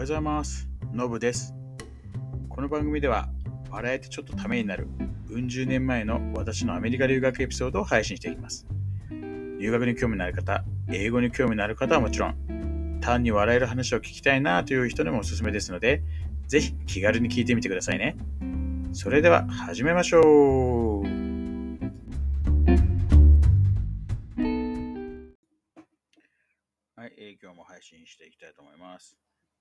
おはようございます。のぶです。この番組では、笑えてちょっとためになる、うん十年前の私のアメリカ留学エピソードを配信していきます。留学に興味のある方、英語に興味のある方はもちろん、単に笑える話を聞きたいなという人にもおすすめですので、ぜひ気軽に聞いてみてくださいね。それでは始めましょう。はい、今日も配信していきたいと思います。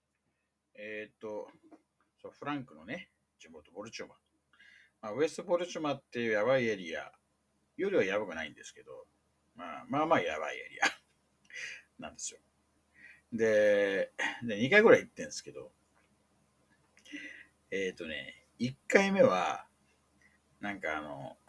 フランクのね、地元ボルチョマ。ウェストボルチョマっていうやばいエリアよりはやばくないんですけど、まあやばいエリアなんですよ。で、2回ぐらい行ってんですけど、1回目は、なんか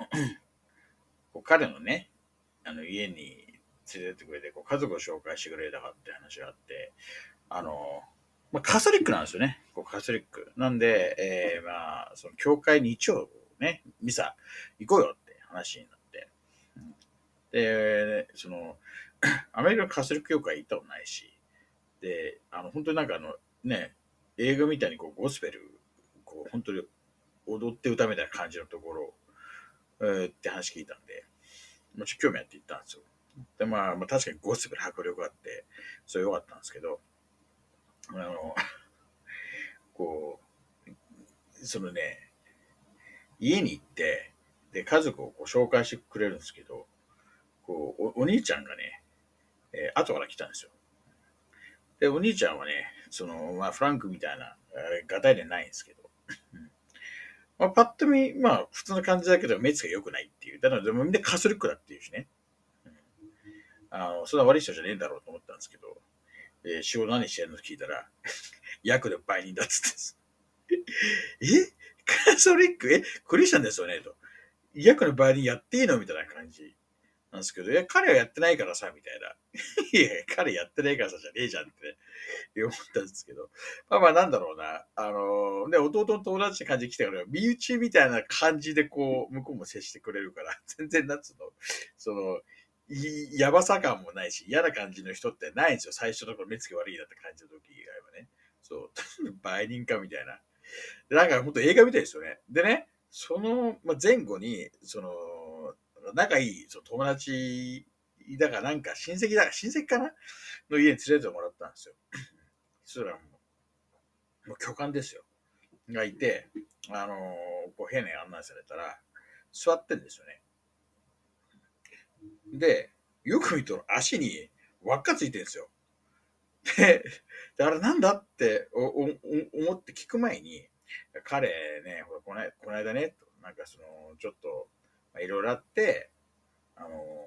彼のね、家に連れてってくれて、家族を紹介してくれたかって話があって、カトリックなんですよね。カトリック。なんで、その教会に一応ね、ミサ行こうよって話になって。で、アメリカのカトリック教会行ったことないし、で、本当に映画みたいにゴスペル、本当に踊って歌みたいな感じのところ、って話聞いたんで、もちろん興味あって行ったんですよ。で、確かにゴスペル迫力あって、それ良かったんですけど、こ家に行って、で、家族を紹介してくれるんですけど、お兄ちゃんがね、後から来たんですよ。で、お兄ちゃんはね、フランクみたいな、ガタイでないんですけど、パッと見、普通の感じだけど、目つが良くないっていう。だから、でもみんなカトリックだっていうしね。そんな悪い人じゃねえんだろうと思ったんですけど、仕事何してんのって聞いたら、役で売人だっつってカトリッククリスチャンですよねと。役の売人やっていいのみたいな感じなんですけど、彼はやってないからさ、みたいな。いや、彼やってないからさ、じゃねえじゃんって思ったんですけど。なんだろうな。で、弟の友達って感じで来たから、身内みたいな感じで向こうも接してくれるから、全然やばさ感もないし、嫌な感じの人ってないんですよ。最初の目つき悪いなって感じの時以外はね。そう、売人かみたいな。で、本当映画みたいですよね。でね、前後に、仲いい友達だから親戚かなの家に連れてってもらったんですよ。そしたらもう巨漢ですよ。がいて、部屋に案内されたら、座ってんですよね。で、よく見ると足に輪っかついてるんですよ。で、あれなんだって思って聞く前に、彼ね、この間ね、ちょっと、いろいろあって、あの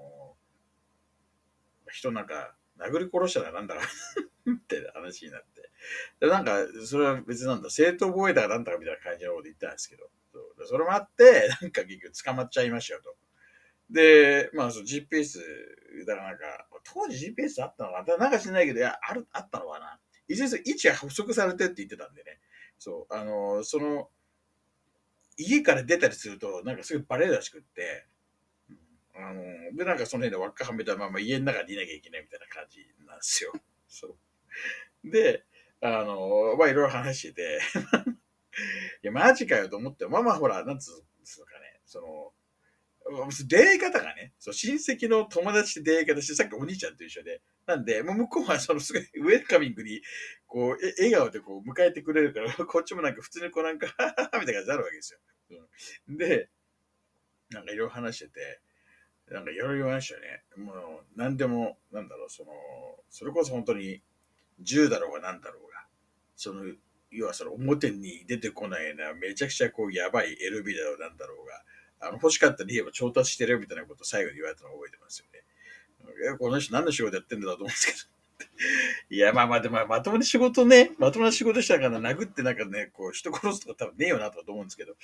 人殴り殺したらなんだかって話になって。で、それは別なんだ、正当防衛だなんだかみたいな感じのこと言ったんですけど、それもあって、結局捕まっちゃいましたよと。で、GPS、だから当時 GPS あったのかななんか知らないけど、あったのかな一応位置が補足されてって言ってたんでね。そう、家から出たりすると、すぐバレるらしくって、で、その辺で輪っかはめたまま家の中にいなきゃいけないみたいな感じなんですよ。そう。で、いろいろ話してていや、マジかよと思って、ほら、なんつうのかね、出会い方がね、親戚の友達で出会い方して、さっきお兄ちゃんと一緒で、なんで、もう向こうはすごいウェルカミングに、笑顔で迎えてくれるから、こっちも普通にははみたいな感じになるわけですよ。で、いろいろ話してて、いろいろ言わましたよね。もう、なんでも、それこそ本当に、銃だろうがなんだろうが、要は表に出てこないな、めちゃくちゃやばい LB だろうなんだろうが、欲しかったら言えば調達してるみたいなことを最後に言われたのを覚えてますよね。この人何の仕事やってんだろうと思うんですけど。いや、でもまともに仕事ね、まともな仕事したから殴って人殺すとか多分ねえよなとかと思うんですけど。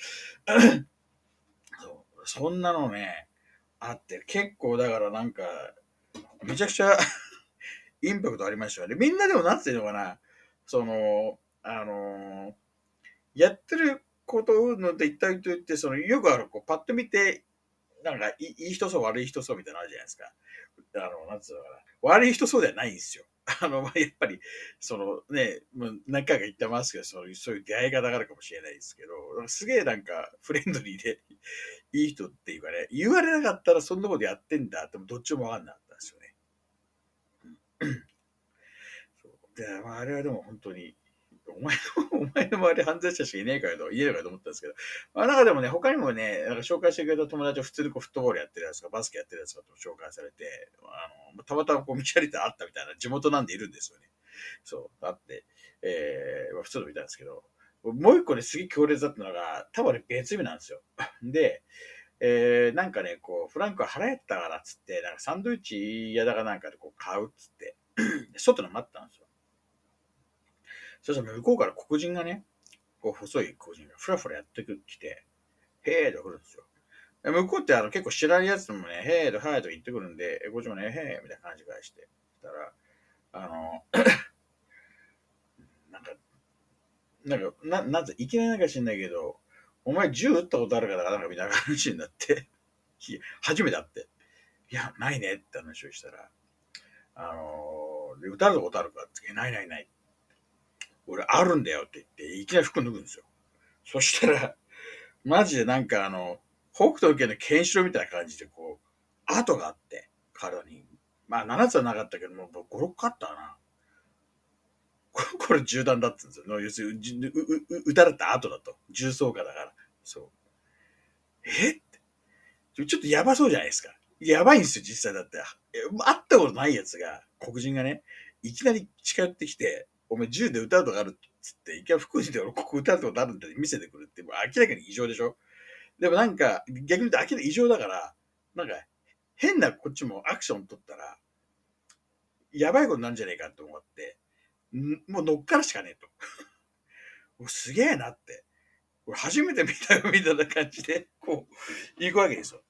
そんなのね、あって、結構だからめちゃくちゃインパクトありましたよね。みんなでもなんていうのかな、やってることので一体と言って、よくパッと見て、いい人そう悪い人そうみたいなのあるじゃないですか。なんつうのかな。悪い人そうではないんですよ。 やっぱり、そのね、もう何回か言ってますけど、そういう出会い方があるかもしれないですけど、すげえなんかフレンドリーでいい人っていうかね、言われなかったらそんなことやってんだってもどっちもわかんなかったんですよね。そうで、あれはでも本当に、お前の周り犯罪者しかいねえかよと、言えるかと思ったんですけど、中でもね、他にもね、なんか紹介してくれた友達は普通にこうフットボールやってるやつとか、バスケやってるやつとかと紹介されて、たまたまこう道歩いて会ったみたいな地元なんでいるんですよね。そう、あって、普通の見たんですけど、もう一個ね、すげえ強烈だったのが、多分ね、別日なんですよ。で、なんかね、こう、フランクは腹減ったからっつって、なんかサンドイッチ屋だかなんかでこう買うっつって、外で待ったんですよ。そしたら向こうから黒人がね、こう細い黒人がふらふらやってきて、へーと来るんですよ。向こうって結構知らないやつもね、へーとはいと言ってくるんで、こっちもね、へーみたいな感じ返して。したら、あの、なんか、なんて、いきなりなんか知んないけど、お前銃撃ったことあるからなんかみたいな話になって、初めて会って、いや、ないねって話をしたら、撃たれたことあるかって、ないないない。俺あるんだよって言って、いきなり服脱ぐんですよ。そしたら、マジでなんか北斗家のケンシロウみたいな感じでこう、跡があって、体に。まあ7つはなかったけども、5、6個あったかな。これ銃弾だったんですよ。要するに、撃たれた後だと。重装化だから。そう。ってちょっとやばそうじゃないですか。やばいんですよ、実際だって。会ったことないやつが、黒人がね、いきなり近寄ってきて、お前銃で撃たれたことあるっつって、いきなり服にで俺ここ撃たれたことあるんだって見せてくるって、もう明らかに異常でしょ。でもなんか、逆に言うと明らかに異常だから、なんか、変なこっちもアクション取ったら、やばいことなんじゃねえかと思って、もう乗っからしかねえと。すげえなって。これ初めて見たよみたいな感じで、こう、行くわけですよ。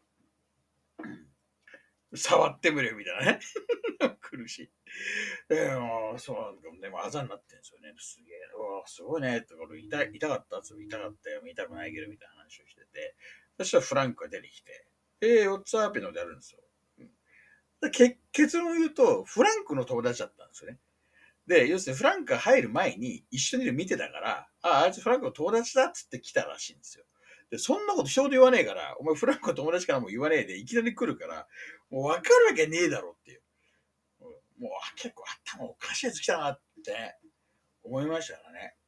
触ってみるみたいなね。苦しい。そうなんだけど、でもあざになってんですよね。すげえ、すごいね。ってこれ痛かったっつ痛かったよ。痛くないけど、みたいな話をしてて。そしたらフランクが出てきて、オッツアーピノでやるんですよ。結論を言うと、フランクの友達だったんですよね。で、要するにフランクが入る前に一緒に見てたから、あいつフランクの友達だっつって来たらしいんですよ。で、そんなこと人で言わねえから、お前フランクの友達からも言わねえで、いきなり来るから、もう分かるわけねえだろっていう。もう結構頭おかしいやつ来たなって思いましたからね。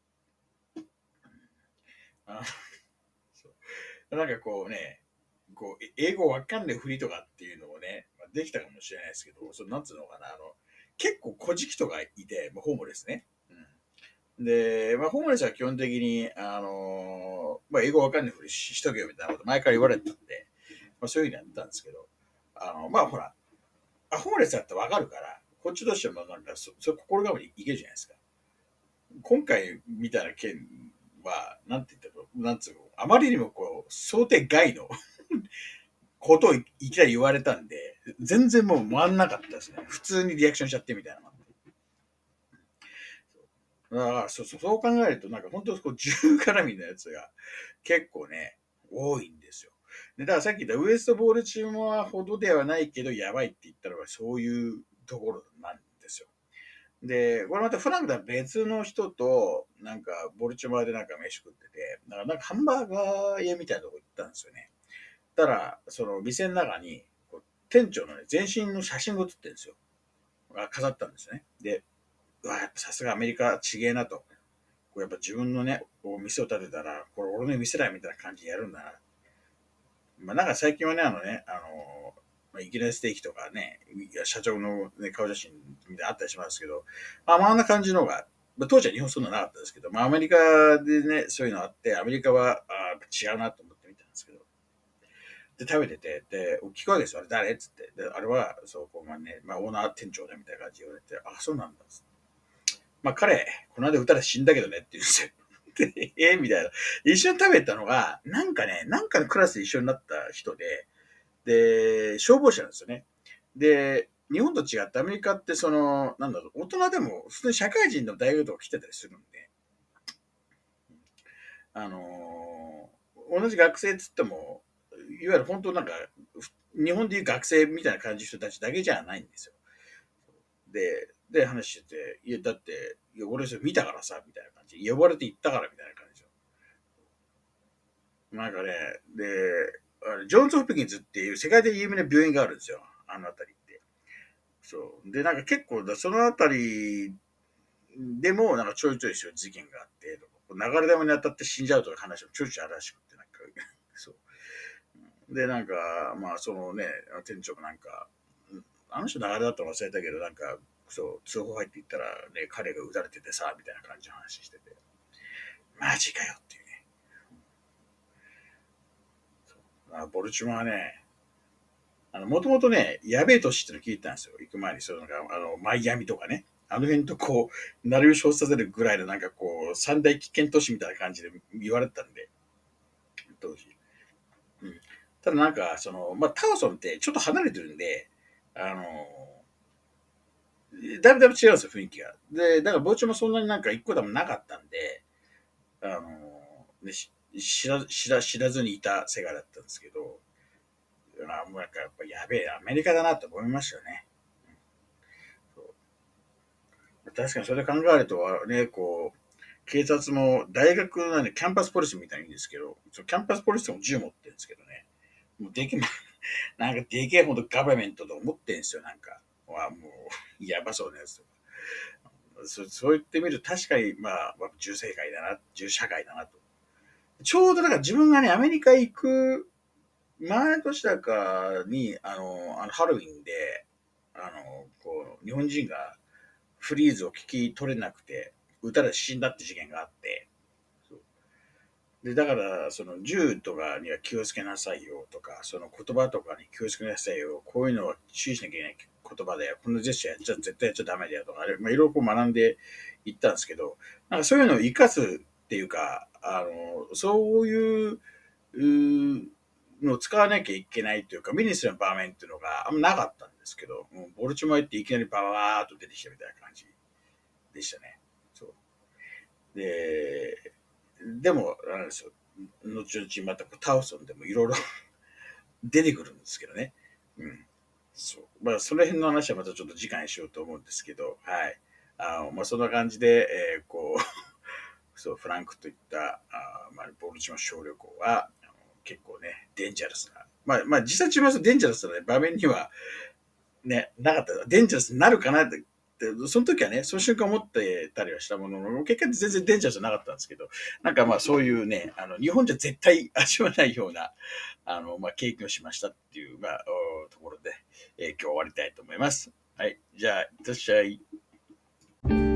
あなんかこうね、こう英語わかんないふりとかっていうのもね、できたかもしれないですけど、なんつうのかな、結構小じきとかいて、ホームレスね。で、ホームレスは基本的に、英語わかんないふりしとけよみたいなこと前から言われてたんで、そういうふうにやったんですけど、ほら、ホームレスだってわかるから、こっちとしてもなんか心構えでいけるじゃないですか。今回みたいな件は、なんて言ったら、なんつうの、あまりにもこう、想定外のことをいきなり言われたんで、全然もう回んなかったですね。普通にリアクションしちゃってみたいな。だからそう考えると、なんか本当こう、銃絡みのやつが結構ね、多いんですよ。で、だからさっき言ったウエストボールチームはほどではないけど、やばいって言ったらそういうところなんですよ。で、これまたフランクとは別の人と、なんか、ボルチモアでなんか飯食ってて、なんかハンバーガー屋みたいなとこ行ったんですよね。たら、その店の中に、店長のね、全身の写真が写ってるんですよ。飾ったんですよね。で、やっぱさすがアメリカちげえなと。こうやっぱ自分のね、こう店を建てたら、これ俺の店だみたいな感じでやるんだな。なんか最近はね、いきなりステーキとかね、社長の、ね、顔写真みたいなあったりしますけど、あんな感じのが、当時は日本そんななかったですけど、アメリカでね、そういうのあって、アメリカは違うなと思って見たんですけど、で、食べてて、で、聞くわけですよ。あれ誰っつって。で、あれは、オーナー店長だみたいな感じで言われて、そうなんだっつって。彼、この間撃たれ死んだけどねって言うんですよ。で、みたいな。一緒に食べたのが、なんかのクラスで一緒になった人で、で、消防士なんですよね。で、日本と違ってアメリカって大人でも普通に社会人の大学とか来てたりするんで、同じ学生っつっても、いわゆる本当なんか、日本でいう学生みたいな感じの人たちだけじゃないんですよ。 で、話してて、いや、だって、いや、俺それ見たからさ、みたいな感じ。呼ばれて行ったから、みたいな感じよ。なんかね、で、ジョンズ・ホプキンズっていう世界で有名な病院があるんですよ。あの辺りって。そう。で、なんか結構その辺りでも、なんかちょいちょいそういう事件があって、流れ玉に当たって死んじゃうとか話もちょいちょいあるらしくて、なんか、そう。で、なんか、まあ、そのね、店長もなんか、あの人流れだったの忘れたけど、なんか、そう、通報入っていったら、ね、彼が撃たれててさ、みたいな感じの話してて、マジかよっていうね。ボルチモはね、もともとね、やべえ年っての聞いたんですよ。行く前に、そのマイアミとかね。あの辺とこう、鳴りを称させるぐらいのなんかこう、三大危険都市みたいな感じで言われてたんで、当時。うん。ただなんか、まあ、タワソンってちょっと離れてるんで、あの、だいぶ違うんですよ、雰囲気が。で、だから、傍聴もそんなになんか一個でもなかったんで、あの、ね、知らずにいた世界だったんですけど、もうなんかやっぱやべえ、アメリカだなと思いましたよね。確かにそれ考えるとね、こう、警察も大学なんでキャンパスポリスみたいにいいんですけど、キャンパスポリスも銃持ってるんですけどね。もうなんかでけえほどガバメントと思ってんですよ、なんか。もう、やばそうなやつとか。そう言ってみると確かに、まあ、銃世界だな、銃社会だなと。ちょうどだから自分がね、アメリカ行く前年だかに、ハロウィンで、こう、日本人がフリーズを聞き取れなくて、撃たれて死んだって事件があって、で、だから、その銃とかには気をつけなさいよとか、その言葉とかに気をつけなさいよ、こういうのは注意しなきゃいけない言葉だよ、このジェスチャー絶対やっちゃダメだよとか、あれ、まあ、いろいろこう学んでいったんですけど、なんかそういうのを活かすっていうか、そういうのを使わなきゃいけないというか、目にする場面っていうのがあんまなかったんですけど、もうボルチモア行っていきなりバーっと出てきたみたいな感じでしたね。そう。でも、あれですよ。後々またタウソンでもいろいろ出てくるんですけどね。うん。そう。まあ、その辺の話はまたちょっと次回にしようと思うんですけど、はい。まあ、そんな感じで、こう、そう、フランクといった、まあ、ボルチモ小旅行は、結構ね、デンジャラスな。まあ、実際中はデンジャラスな、ね、場面にはね、なかった。デンジャラスになるかなって、その時はね、その瞬間思ってたりはしたものの、結果全然デンジャラスじゃなかったんですけど、なんかまあそういうね、日本じゃ絶対味わえないような、まあ経験をしましたっていう、まあ、ところで、今日終わりたいと思います。はい。じゃあ、いってらっしゃい。